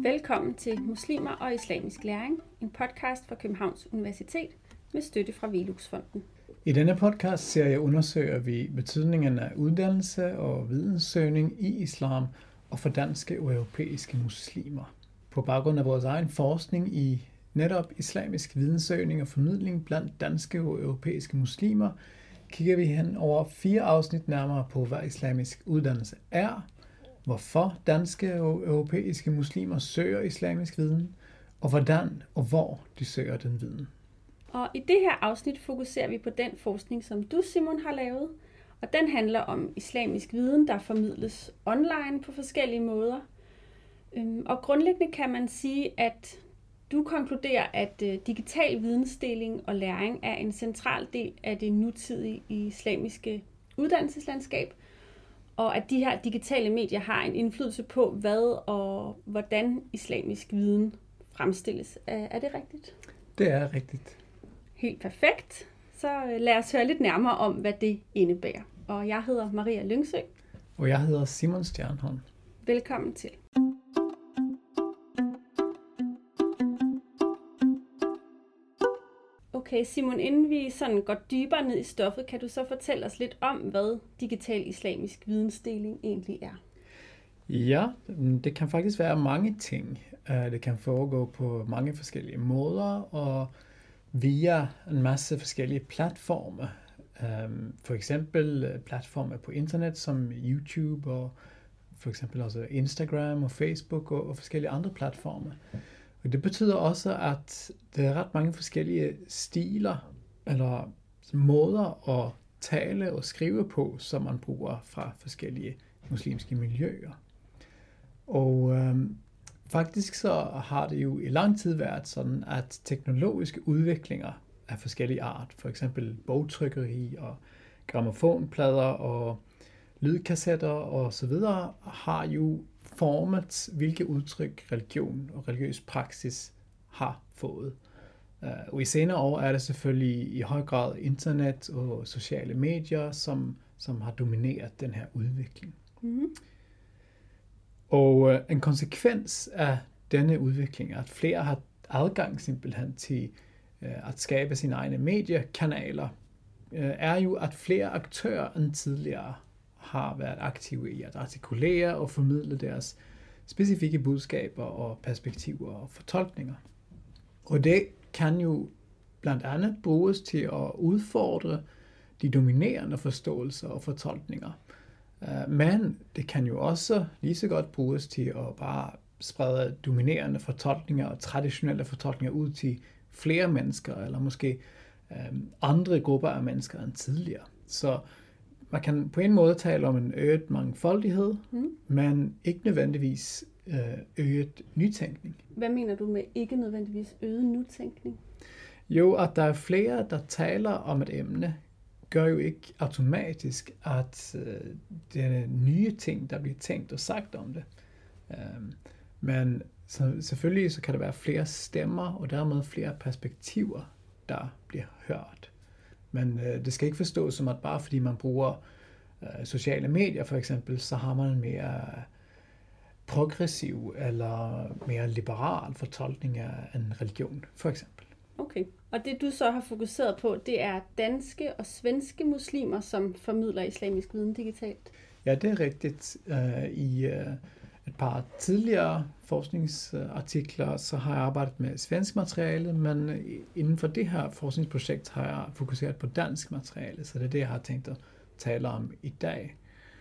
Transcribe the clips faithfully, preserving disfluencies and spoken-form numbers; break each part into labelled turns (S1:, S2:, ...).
S1: Velkommen til Muslimer og Islamisk Læring, en podcast fra Københavns Universitet med støtte fra Velux-fonden.
S2: I denne podcast-serie undersøger vi betydningen af uddannelse og videnssøgning i islam og for danske og europæiske muslimer. På baggrund af vores egen forskning i netop islamisk videnssøgning og formidling blandt danske og europæiske muslimer, kigger vi hen over fire afsnit nærmere på, hvad islamisk uddannelse er, hvorfor danske og europæiske muslimer søger islamisk viden, og hvordan og hvor de søger den viden.
S1: Og i det her afsnit fokuserer vi på den forskning, som du, Simon, har lavet, og den handler om islamisk viden, der formidles online på forskellige måder. Og grundlæggende kan man sige, at du konkluderer, at digital vidensdeling og læring er en central del af det nutidige islamiske uddannelseslandskab, og at de her digitale medier har en indflydelse på, hvad og hvordan islamisk viden fremstilles. Er det rigtigt?
S2: Det er rigtigt.
S1: Helt perfekt. Så lad os høre lidt nærmere om, hvad det indebærer. Og jeg hedder Maria Lyngsø.
S2: Og jeg hedder Simon Stjernholm.
S1: Velkommen til. Okay, Simon, inden vi sådan går dybere ned i stoffet, kan du så fortælle os lidt om, hvad digital islamisk vidensdeling egentlig er?
S2: Ja, det kan faktisk være mange ting. Det kan foregå på mange forskellige måder og via en masse forskellige platforme. For eksempel platforme på internet som YouTube og for eksempel også Instagram og Facebook og forskellige andre platforme. Og det betyder også, at der er ret mange forskellige stiler eller måder at tale og skrive på, som man bruger fra forskellige muslimske miljøer. Og øhm, faktisk så har det jo i lang tid været sådan, at teknologiske udviklinger af forskellige art, for eksempel bogtrykkeri og grammofonplader og lydkassetter og så videre, har jo formet, hvilke udtryk religion og religiøs praksis har fået. Og i senere år er det selvfølgelig i høj grad internet og sociale medier, som, som har domineret den her udvikling. Mm-hmm. Og en konsekvens af denne udvikling er, at flere har adgang simpelthen til at skabe sine egne mediekanaler, er jo, at flere aktører end tidligere har været aktive i at artikulere og formidle deres specifikke budskaber og perspektiver og fortolkninger. Og det kan jo blandt andet bruges til at udfordre de dominerende forståelser og fortolkninger. Men det kan jo også lige så godt bruges til at bare sprede dominerende fortolkninger og traditionelle fortolkninger ud til flere mennesker, eller måske andre grupper af mennesker end tidligere. Så man kan på en måde tale om en øget mangfoldighed, mm. men ikke nødvendigvis øh, øget nytænkning.
S1: Hvad mener du med ikke nødvendigvis øget nytænkning?
S2: Jo, at der er flere, der taler om et emne, gør jo ikke automatisk, at øh, det er nye ting, der bliver tænkt og sagt om det. Um, men så, selvfølgelig så kan der være flere stemmer, og dermed flere perspektiver, der bliver hørt. Men øh, det skal ikke forstås som, at bare fordi man bruger øh, sociale medier for eksempel, så har man en mere progressiv eller mere liberal fortolkning af en religion for eksempel.
S1: Okay, og det du så har fokuseret på, det er danske og svenske muslimer, som formidler islamisk viden digitalt?
S2: Ja, det er rigtigt. Uh, I uh, et par tidligere forskningsartikler, så har jeg arbejdet med svensk materiale, men inden for det her forskningsprojekt har jeg fokuseret på dansk materiale, så det er det, jeg har tænkt at tale om i dag.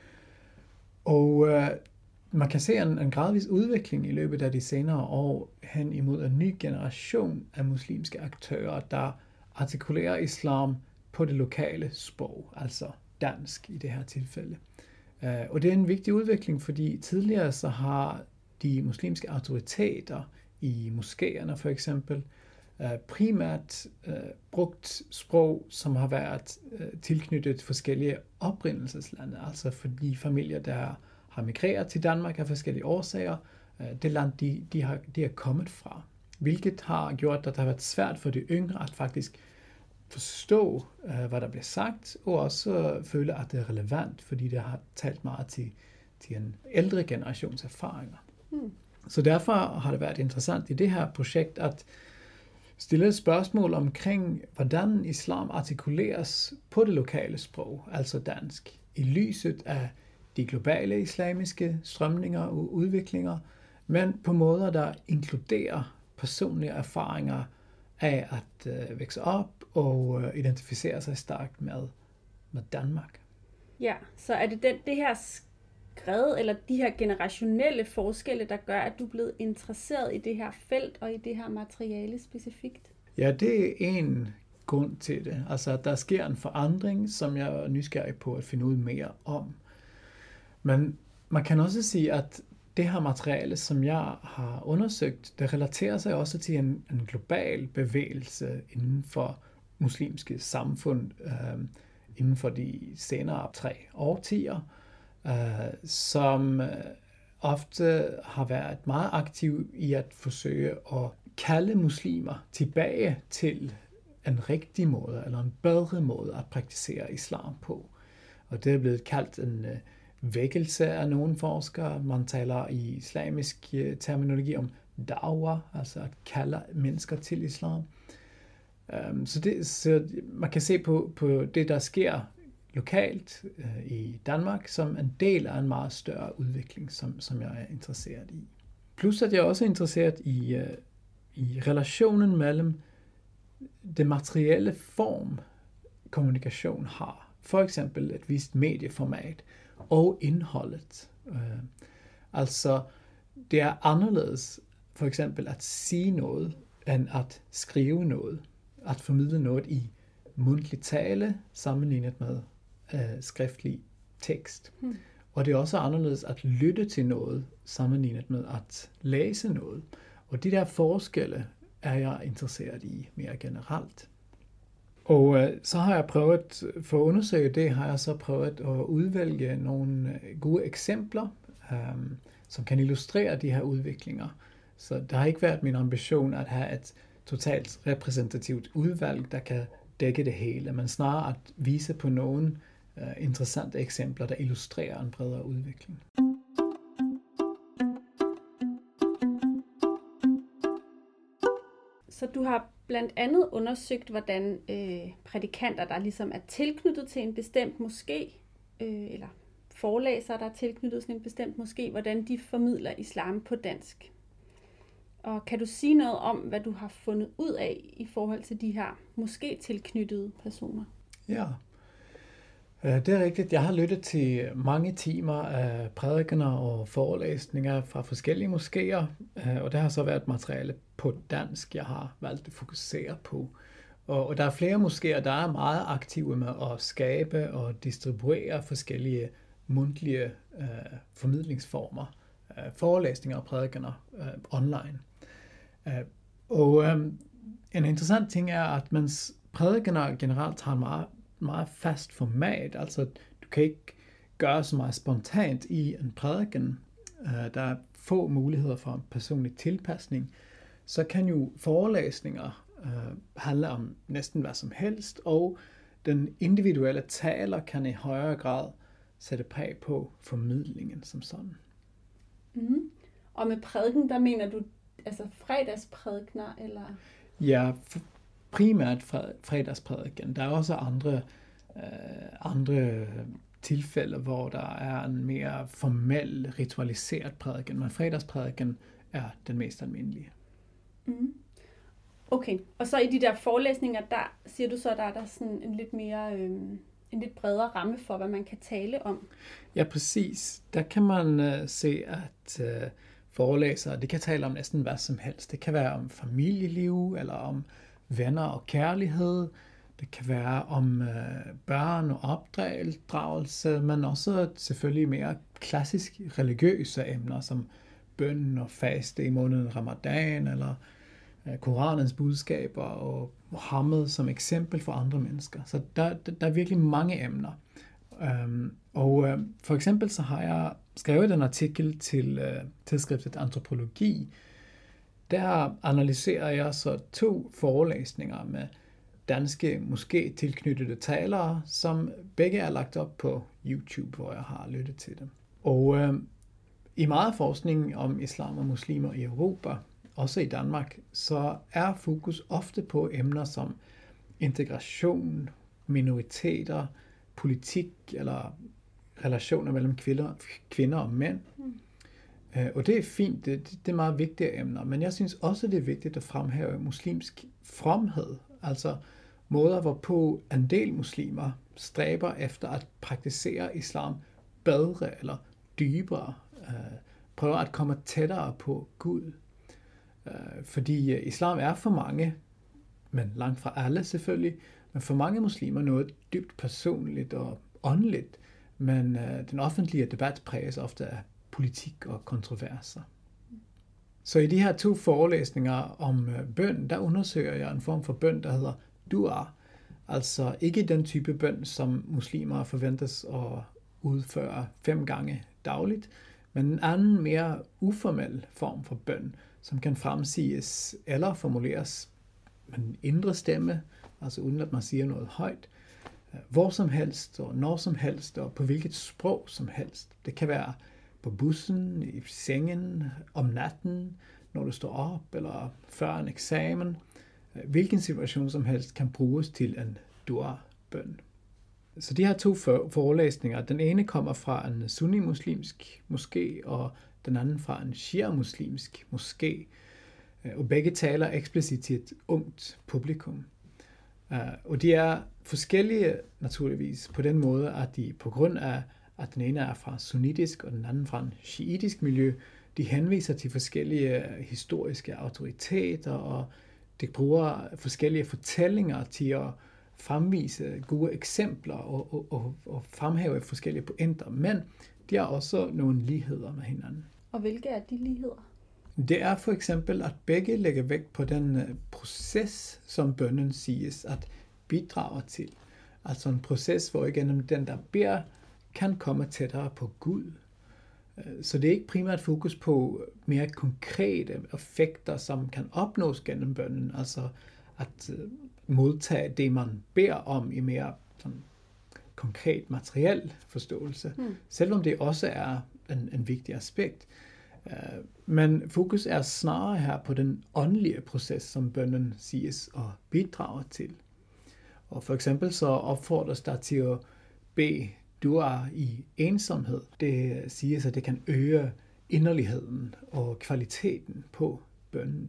S2: Og uh, man kan se en, en gradvis udvikling i løbet af de senere år hen imod en ny generation af muslimske aktører, der artikulerer islam på det lokale sprog, altså dansk i det her tilfælde. Uh, og det er en vigtig udvikling, fordi tidligere så har de muslimske autoriteter i moskéerne for eksempel uh, primært uh, brugt sprog, som har været uh, tilknyttet forskellige oprindelseslande, altså for de familier, der har migreret til Danmark af forskellige årsager, uh, det land, de, de, har, de er kommet fra. Hvilket har gjort, at det har været svært for de yngre at faktisk forstå, uh, hvad der bliver sagt, og også uh, føle, at det er relevant, fordi det har talt meget til, til en ældre generations erfaringer. Hmm. Så derfor har det været interessant i det her projekt at stille et spørgsmål omkring, hvordan islam artikuleres på det lokale sprog, altså dansk, i lyset af de globale islamiske strømninger og udviklinger, men på måder, der inkluderer personlige erfaringer af at øh, vækse op og øh, identificere sig stærkt med, med Danmark.
S1: Ja, så er det den, det her skred, eller de her generationelle forskelle, der gør, at du er blevet interesseret i det her felt og i det her materiale specifikt?
S2: Ja, det er en grund til det. Altså, at der sker en forandring, som jeg er nysgerrig på at finde ud mere om. Men man kan også sige, at det her materiale, som jeg har undersøgt, det relaterer sig også til en, en global bevægelse inden for muslimske samfund øh, inden for de senere tre årtier, øh, som øh, ofte har været meget aktiv i at forsøge at kalde muslimer tilbage til en rigtig måde, eller en bedre måde at praktisere islam på. Og det er blevet kaldt en øh, vækkelse af nogle forskere. Man taler i islamisk øh, terminologi om da'wah, altså at kalde mennesker til islam. Um, så, det, så man kan se på, på det, der sker lokalt øh, i Danmark, som en del af en meget større udvikling, som, som jeg er interesseret i. Plus at jeg er også interesseret i, øh, i relationen mellem det materielle form, kommunikation har. For eksempel et vist medieformat og indholdet. Uh, altså, det er anderledes for eksempel at sige noget, end at skrive noget. At formidle noget i mundtlig tale, sammenlignet med uh, skriftlig tekst. Hmm. Og det er også anderledes at lytte til noget, sammenlignet med at læse noget. Og de der forskelle er jeg interesseret i mere generelt. Og uh, så har jeg prøvet, for at undersøge det, har jeg så prøvet at udvælge nogle gode eksempler, um, som kan illustrere de her udviklinger. Så det har ikke været min ambition at have et totalt repræsentativt udvalg, der kan dække det hele, men snarere at vise på nogle uh, interessante eksempler, der illustrerer en bredere udvikling.
S1: Så du har blandt andet undersøgt, hvordan øh, prædikanter, der ligesom er tilknyttet til en bestemt moské, øh, eller forelæsere, der er tilknyttet til en bestemt moské, hvordan de formidler islam på dansk. Og kan du sige noget om, hvad du har fundet ud af i forhold til de her måske-tilknyttede personer?
S2: Ja, det er rigtigt. Jeg har lyttet til mange timer af prædikener og forelæsninger fra forskellige moskéer, og det har så været materiale på dansk, jeg har valgt at fokusere på. Og der er flere moskéer, der er meget aktive med at skabe og distribuere forskellige mundtlige øh, formidlingsformer, øh, forelæsninger og prædikener øh, online. Øh, og øh, en interessant ting er, at mens prædikener generelt har en meget meget fast format, altså du kan ikke gøre så meget spontant i en prædiken. Der er få muligheder for en personlig tilpasning. Så kan jo forelæsninger uh, handle om næsten hvad som helst, og den individuelle taler kan i højere grad sætte præg på formidlingen som sådan.
S1: Mm. Og med prædiken, der mener du altså fredagsprædikener, eller?
S2: Ja, primært fredagsprædiken. Der er også andre, øh, andre tilfælde, hvor der er en mere formel, ritualiseret prædiken, men fredagsprædiken er den mest almindelige.
S1: Mm. Okay, og så i de der forelæsninger, der siger du så, at der er der sådan en lidt mere, øh, en lidt bredere ramme for, hvad man kan tale om?
S2: Ja, præcis. Der kan man øh, se, at øh, forelæsere, det kan tale om næsten hvad som helst. Det kan være om familieliv, eller om venner og kærlighed. Det kan være om øh, børn og opdragelse, men også selvfølgelig mere klassisk religiøse emner, som bøn og faste i måneden Ramadan, eller øh, Koranens budskaber og Muhammed som eksempel for andre mennesker. Så der, der, der er virkelig mange emner. Um, og uh, for eksempel så har jeg skrevet en artikel til uh, tidsskriftet Antropologi. Der analyserer jeg så to forelæsninger med danske, måske tilknyttede talere, som begge er lagt op på YouTube, hvor jeg har lyttet til dem. Og uh, I meget forskning om islam og muslimer i Europa, også i Danmark, så er fokus ofte på emner som integration, minoriteter, politik eller relationer mellem kvinder, kvinder og mænd. Mm. Og det er fint, det, det er meget vigtige emner, men jeg synes også, det er vigtigt at fremhæve muslimsk fromhed, altså måder, hvorpå en del muslimer stræber efter at praktisere islam bedre eller dybere, prøver at komme tættere på Gud. Fordi islam er for mange, men langt fra alle selvfølgelig, men for mange muslimer noget dybt personligt og åndeligt, men den offentlige debat præges ofte af politik og kontroverser. Så i de her to forelæsninger om bøn, der undersøger jeg en form for bøn, der hedder dua. Altså ikke den type bøn, som muslimer forventes at udføre fem gange dagligt, men en anden, mere uformel form for bøn, som kan fremsiges eller formuleres med en indre stemme, altså uden at man siger noget højt, hvor som helst og når som helst og på hvilket sprog som helst. Det kan være på bussen, i sengen, om natten, når du står op eller før en eksamen. Hvilken situation som helst kan bruges til en dua-bøn. Så de her to forelæsninger, den ene kommer fra en sunni-muslimsk moské, og den anden fra en shia-muslimsk moské. Og begge taler eksplicit til et ungt publikum. Og de er forskellige naturligvis på den måde, at de på grund af, at den ene er fra sunnitisk og den anden fra en shiitisk miljø, de henviser til forskellige historiske autoriteter, og de bruger forskellige fortællinger til at fremvise gode eksempler og, og, og, og fremhæve forskellige pointer, men de har også nogle ligheder med hinanden.
S1: Og hvilke er de ligheder?
S2: Det er for eksempel, at begge lægger vægt på den proces, som bønnen siges at bidrage til. Altså en proces, hvor igennem den, der beder, kan komme tættere på Gud. Så det er ikke primært fokus på mere konkrete effekter, som kan opnås gennem bønnen, altså at modtage det, man beder om i mere sådan, konkret materiel forståelse, mm. selvom det også er en, en vigtig aspekt. Men fokus er snarere her på den åndelige proces, som bønnen siges at bidrage til. Og for eksempel så opfordres der til at bede dua i ensomhed. Det siges, at det kan øge inderligheden og kvaliteten på bønnen.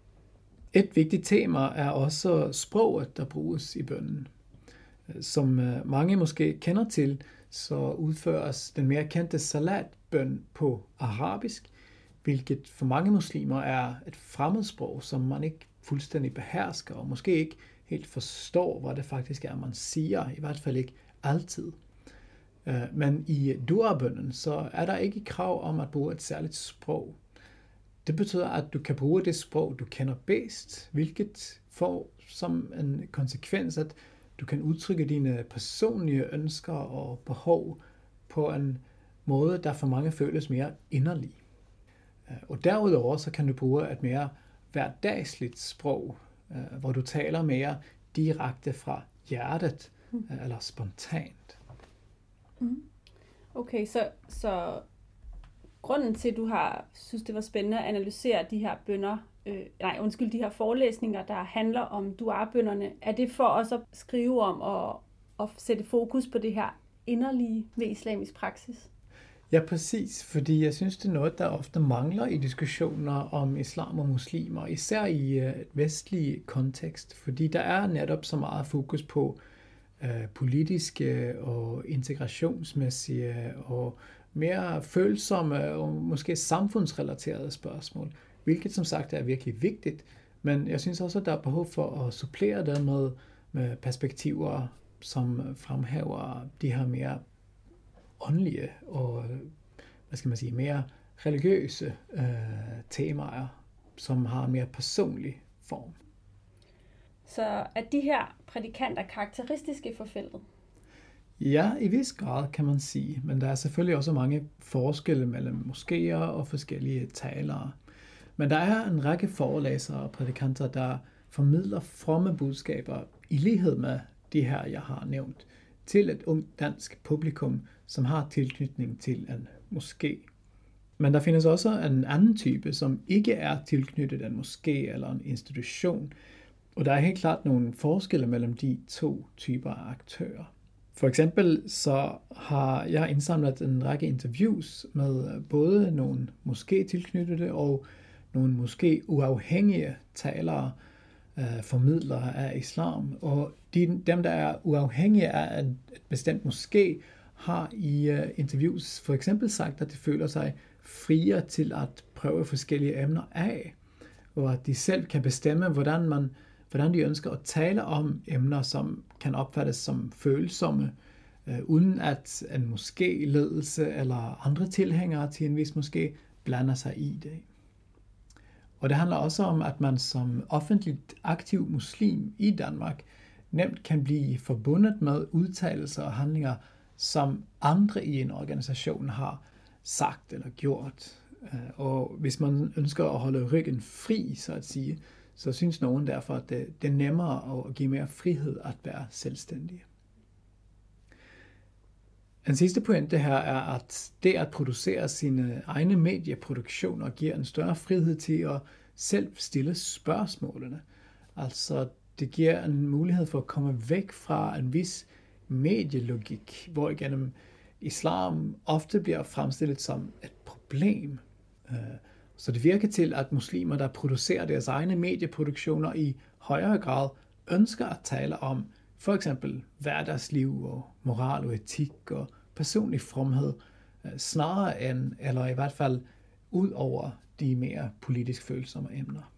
S2: Et vigtigt tema er også sproget, der bruges i bønnen. Som mange måske kender til, så udføres den mere kendte salatbøn på arabisk, hvilket for mange muslimer er et fremmedsprog, som man ikke fuldstændig behersker, og måske ikke helt forstår, hvad det faktisk er, man siger, i hvert fald ikke altid. Men i dua-bønnen, så er der ikke krav om at bruge et særligt sprog. Det betyder, at du kan bruge det sprog, du kender bedst, hvilket får som en konsekvens, at du kan udtrykke dine personlige ønsker og behov på en måde, der for mange føles mere inderlig. Og derudover så kan du bruge et mere hverdagsligt sprog, hvor du taler mere direkte fra hjertet mm. eller spontant.
S1: Mm. Okay, så, så grunden til, at du har synes, det var spændende at analysere de her bønner, øh, nej, undskyld, de her forelæsninger, der handler om dua-bønnerne, er det for også at skrive om og, og sætte fokus på det her inderlige ved islamisk praksis?
S2: Ja, præcis, fordi jeg synes, det er noget, der ofte mangler i diskussioner om islam og muslimer, især i et vestlig kontekst, fordi der er netop så meget fokus på uh, politiske og integrationsmæssige og mere følsomme og måske samfundsrelaterede spørgsmål, hvilket som sagt er virkelig vigtigt, men jeg synes også, at der er behov for at supplere det med, med perspektiver, som fremhæver de her mere åndelige og, hvad skal man sige, mere religiøse øh, temaer, som har mere personlig form.
S1: Så er de her prædikanter karakteristiske for feltet?
S2: Ja, i vis grad kan man sige, men der er selvfølgelig også mange forskelle mellem moskéer og forskellige talere. Men der er en række forelæsere og prædikanter, der formidler fromme budskaber i lighed med de her, jeg har nævnt, til et ungt dansk publikum, som har tilknytning til en moské. Men der findes også en anden type, som ikke er tilknyttet en moské eller en institution. Og der er helt klart nogle forskelle mellem de to typer af aktører. For eksempel så har jeg indsamlet en række interviews med både nogle moské-tilknyttede og nogle måske uafhængige talere, øh, formidlere af islam. Og de, dem, der er uafhængige af et bestemt moské, har i uh, interviews for eksempel sagt, at de føler sig friere til at prøve forskellige emner af, og at de selv kan bestemme, hvordan, man, hvordan de ønsker at tale om emner, som kan opfattes som følsomme, uh, uden at en moské-ledelse eller andre tilhængere til en vis moské blander sig i det. Og det handler også om, at man som offentligt aktiv muslim i Danmark nemt kan blive forbundet med udtalelser og handlinger, som andre i en organisation har sagt eller gjort. Og hvis man ønsker at holde ryggen fri, så at sige, så synes nogen derfor, at det, det er nemmere at give mere frihed at være selvstændig. En sidste pointe her er, at det at producere sine egne medieproduktioner giver en større frihed til at selv stille spørgsmålene. Altså, det giver en mulighed for at komme væk fra en vis medielogik, hvor igennem islam ofte bliver fremstillet som et problem. Så det virker til, at muslimer, der producerer deres egne medieproduktioner i højere grad, ønsker at tale om for eksempel hverdagsliv og moral og etik og personlig fromhed, snarere end, eller i hvert fald ud over de mere politisk følsomme emner.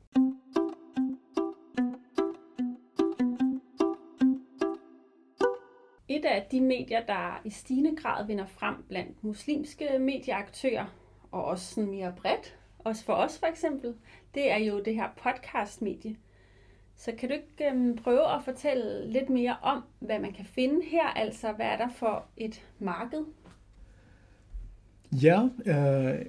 S1: Et af de medier, der i stigende grad vinder frem blandt muslimske medieaktører, og også sådan mere bredt, også for os for eksempel, det er jo det her podcastmedie. Så kan du ikke øhm, prøve at fortælle lidt mere om, hvad man kan finde her, altså hvad er der for et marked?
S2: Ja, øh,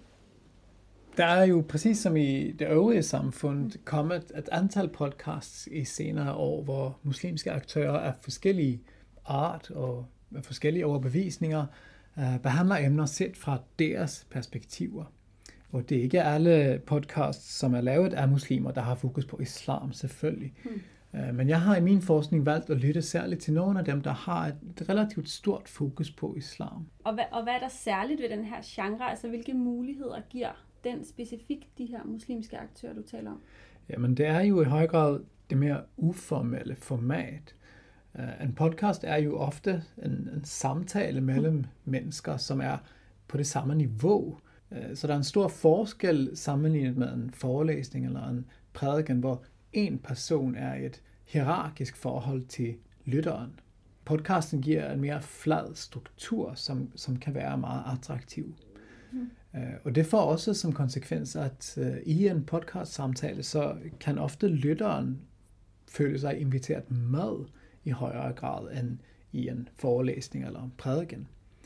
S2: der er jo præcis som i det øvrige samfund kommet et antal podcasts i senere år, hvor muslimske aktører af forskellige art og med forskellige overbevisninger øh, behandler emner set fra deres perspektiver. Og det er ikke alle podcasts, som er lavet af muslimer, der har fokus på islam, selvfølgelig. Hmm. Øh, men jeg har i min forskning valgt at lytte særligt til nogle af dem, der har et relativt stort fokus på islam.
S1: Og hvad, og hvad er der særligt ved den her genre? Altså hvilke muligheder giver den specifikt de her muslimske aktører, du taler om?
S2: Jamen det er jo i høj grad det mere uformelle format. Uh, en podcast er jo ofte en, en samtale mellem mennesker, som er på det samme niveau. Uh, så der er en stor forskel sammenlignet med en forelæsning eller en prædiken, hvor en person er i et hierarkisk forhold til lytteren. Podcasten giver en mere flad struktur, som, som kan være meget attraktiv. Mm. Uh, og det får også som konsekvens, at uh, i en podcast-samtale, så kan ofte lytteren føle sig inviteret med i højere grad end i en forelæsning eller en prædiken.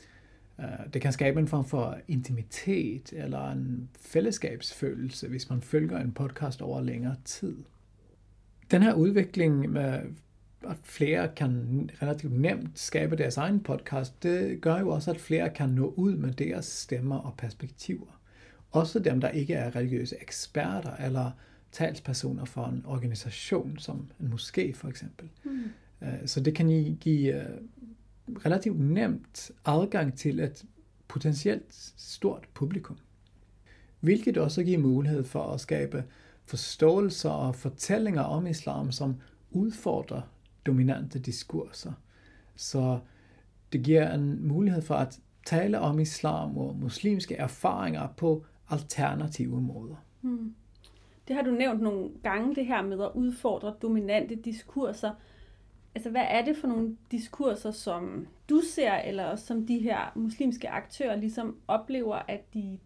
S2: Det kan skabe en form for intimitet eller en fællesskabsfølelse, hvis man følger en podcast over længere tid. Den her udvikling med, at flere kan relativt nemt skabe deres egen podcast, det gør jo også, at flere kan nå ud med deres stemmer og perspektiver. Også dem, der ikke er religiøse eksperter eller talspersoner for en organisation, som en moské for eksempel. Mm. Så det kan give relativt nemt adgang til et potentielt stort publikum. Hvilket også giver mulighed for at skabe forståelser og fortællinger om islam, som udfordrer dominante diskurser. Så det giver en mulighed for at tale om islam og muslimske erfaringer på alternative måder.
S1: Hmm. Det har du nævnt nogle gange, det her med at udfordre dominante diskurser. Altså, hvad er det for nogle diskurser, som du ser, eller som de her muslimske aktører ligesom oplever, at de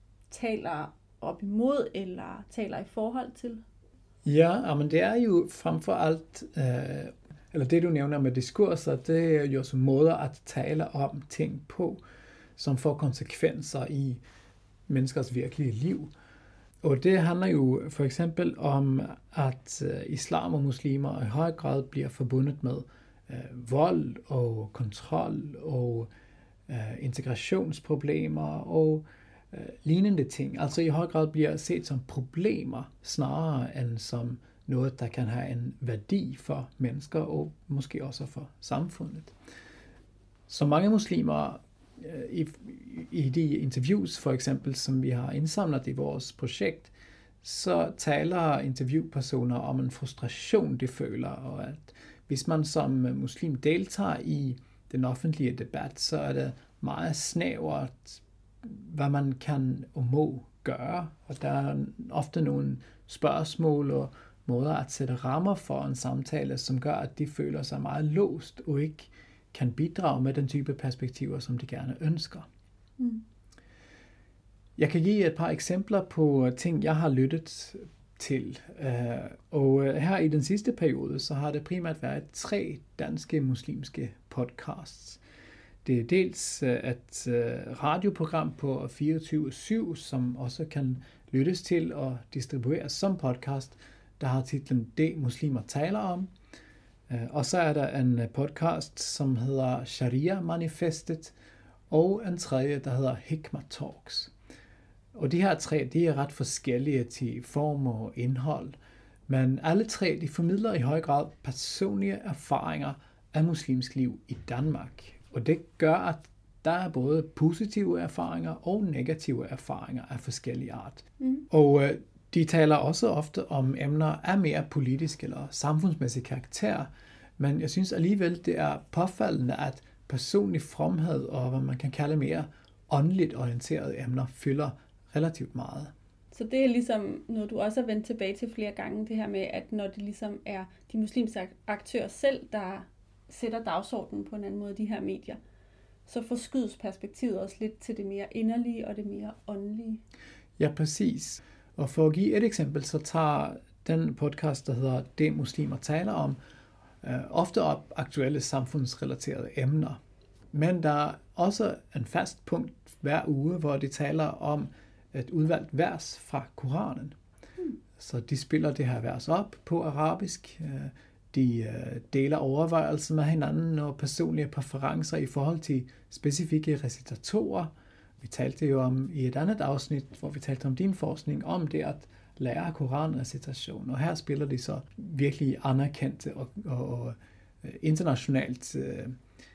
S1: taler op imod, eller taler i forhold til?
S2: Ja, men det er jo frem for alt, øh, eller det du nævner med diskurser, det er jo som måder at tale om ting på, som får konsekvenser i menneskers virkelige liv. Og det handler jo for eksempel om, at islam og muslimer i høj grad bliver forbundet med øh, vold og kontrol og øh, integrationsproblemer og øh, lignende ting. Altså i høj grad bliver set som problemer, snarere end som noget, der kan have en værdi for mennesker og måske også for samfundet. Så mange muslimer i, i de interviews for eksempel, som vi har indsamlet i vores projekt, så taler interviewpersoner om en frustration, de føler, og at hvis man som muslim deltager i den offentlige debat, så er det meget snævert, hvad man kan og må gøre, og der er ofte nogle spørgsmål og måder at sætte rammer for en samtale, som gør, at de føler sig meget låst og ikke kan bidrage med den type perspektiver, som de gerne ønsker. Mm. Jeg kan give et par eksempler på ting, jeg har lyttet til. Og her i den sidste periode, så har det primært været tre danske muslimske podcasts. Det er dels et radioprogram på fireogtyve syv, som også kan lyttes til og distribueres som podcast, der har titlen Det muslimer taler om. Og så er der en podcast, som hedder Sharia Manifestet, og en tredje, der hedder Hikmah Talks. Og de her tre, de er ret forskellige til form og indhold, men alle tre, de formidler i høj grad personlige erfaringer af muslimsk liv i Danmark. Og det gør, at der er både positive erfaringer og negative erfaringer af forskellige art. Mm. Og øh, de taler også ofte om emner af mere politisk eller samfundsmæssig karakter, men jeg synes alligevel, det er påfaldende, at personlig fromhed og hvad man kan kalde mere åndeligt orienterede emner fylder relativt meget.
S1: Så det er ligesom noget, du også har vendt tilbage til flere gange, det her med, at når det ligesom er de muslimske aktører selv, der sætter dagsordenen på en anden måde, de her medier, så forskydes perspektivet også lidt til det mere inderlige og det mere åndelige.
S2: Ja, præcis. Og for at give et eksempel, så tager den podcast, der hedder Det muslimer taler om, øh, ofte op aktuelle samfundsrelaterede emner. Men der er også en fast punkt hver uge, hvor de taler om et udvalgt vers fra Koranen. Hmm. Så de spiller det her vers op på arabisk. De deler overvejelser med hinanden og personlige præferencer i forhold til specifikke recitatorer. Vi talte jo om i et andet afsnit, hvor vi talte om din forskning, om det at lære koranrecitation. Og her spiller de så virkelig anerkendte og, og, og internationalt øh,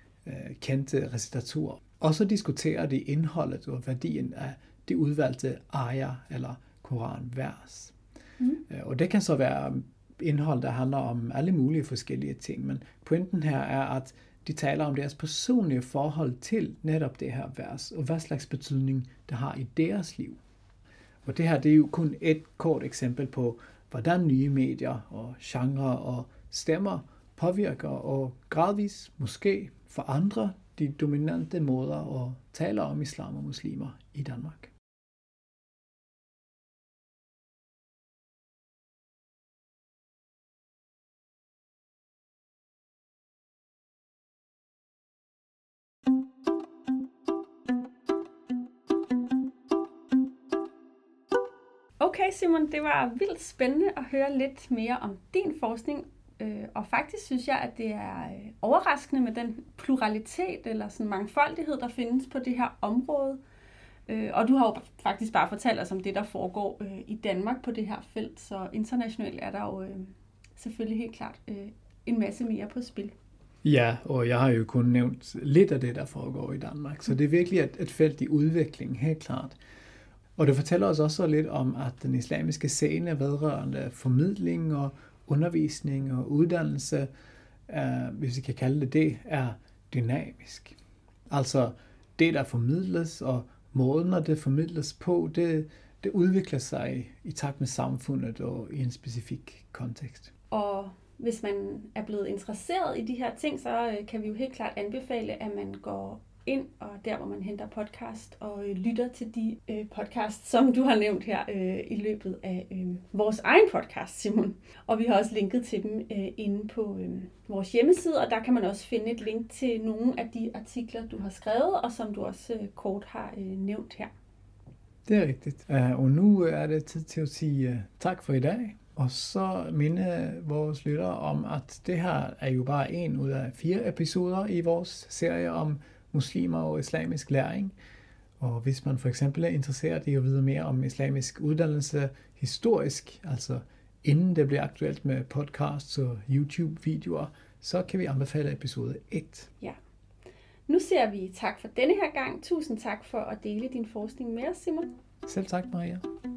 S2: kendte recitatorer. Og så diskuterer de indholdet og værdien af de udvalgte ayah eller koranvers. Mm. Og det kan så være indhold, der handler om alle mulige forskellige ting, men pointen her er, at de taler om deres personlige forhold til netop det her vers, og hvad slags betydning det har i deres liv. Og det her, det er jo kun et kort eksempel på, hvordan nye medier og genre og stemmer påvirker og gradvis måske forandrer de dominante måder at tale om islam og muslimer i Danmark.
S1: Okay Simon, det var vildt spændende at høre lidt mere om din forskning, og faktisk synes jeg, at det er overraskende med den pluralitet eller sådan mangfoldighed, der findes på det her område. Og du har jo faktisk bare fortalt os om det, der foregår i Danmark på det her felt, så internationalt er der jo selvfølgelig helt klart en masse mere på spil.
S2: Ja, og jeg har jo kun nævnt lidt af det, der foregår i Danmark, så det er virkelig et, et felt i udvikling, helt klart. Og det fortæller os også lidt om, at den islamiske scene vedrørende formidling og undervisning og uddannelse, er, hvis vi kan kalde det det, er dynamisk. Altså det, der formidles, og måden, når det formidles på, det, det udvikler sig i takt med samfundet og i en specifik kontekst.
S1: Og hvis man er blevet interesseret i de her ting, så kan vi jo helt klart anbefale, at man går ind, og der, hvor man henter podcast, og øh, lytter til de øh, podcasts, som du har nævnt her øh, i løbet af øh, vores egen podcast, Simon. Og vi har også linket til dem øh, inde på øh, vores hjemmeside, og der kan man også finde et link til nogle af de artikler, du har skrevet, og som du også øh, kort har øh, nævnt her.
S2: Det er rigtigt. Uh, og nu er det tid til at sige uh, tak for i dag, og så minde vores lyttere om, at det her er jo bare en ud af fire episoder i vores serie om muslimer og islamisk læring. Og hvis man for eksempel er interesseret i at vide mere om islamisk uddannelse historisk, altså inden det bliver aktuelt med podcasts og YouTube-videoer, så kan vi anbefale episode et.
S1: Ja. Nu siger vi tak for denne her gang. Tusind tak for at dele din forskning med os, Simon.
S2: Selv tak, Maria.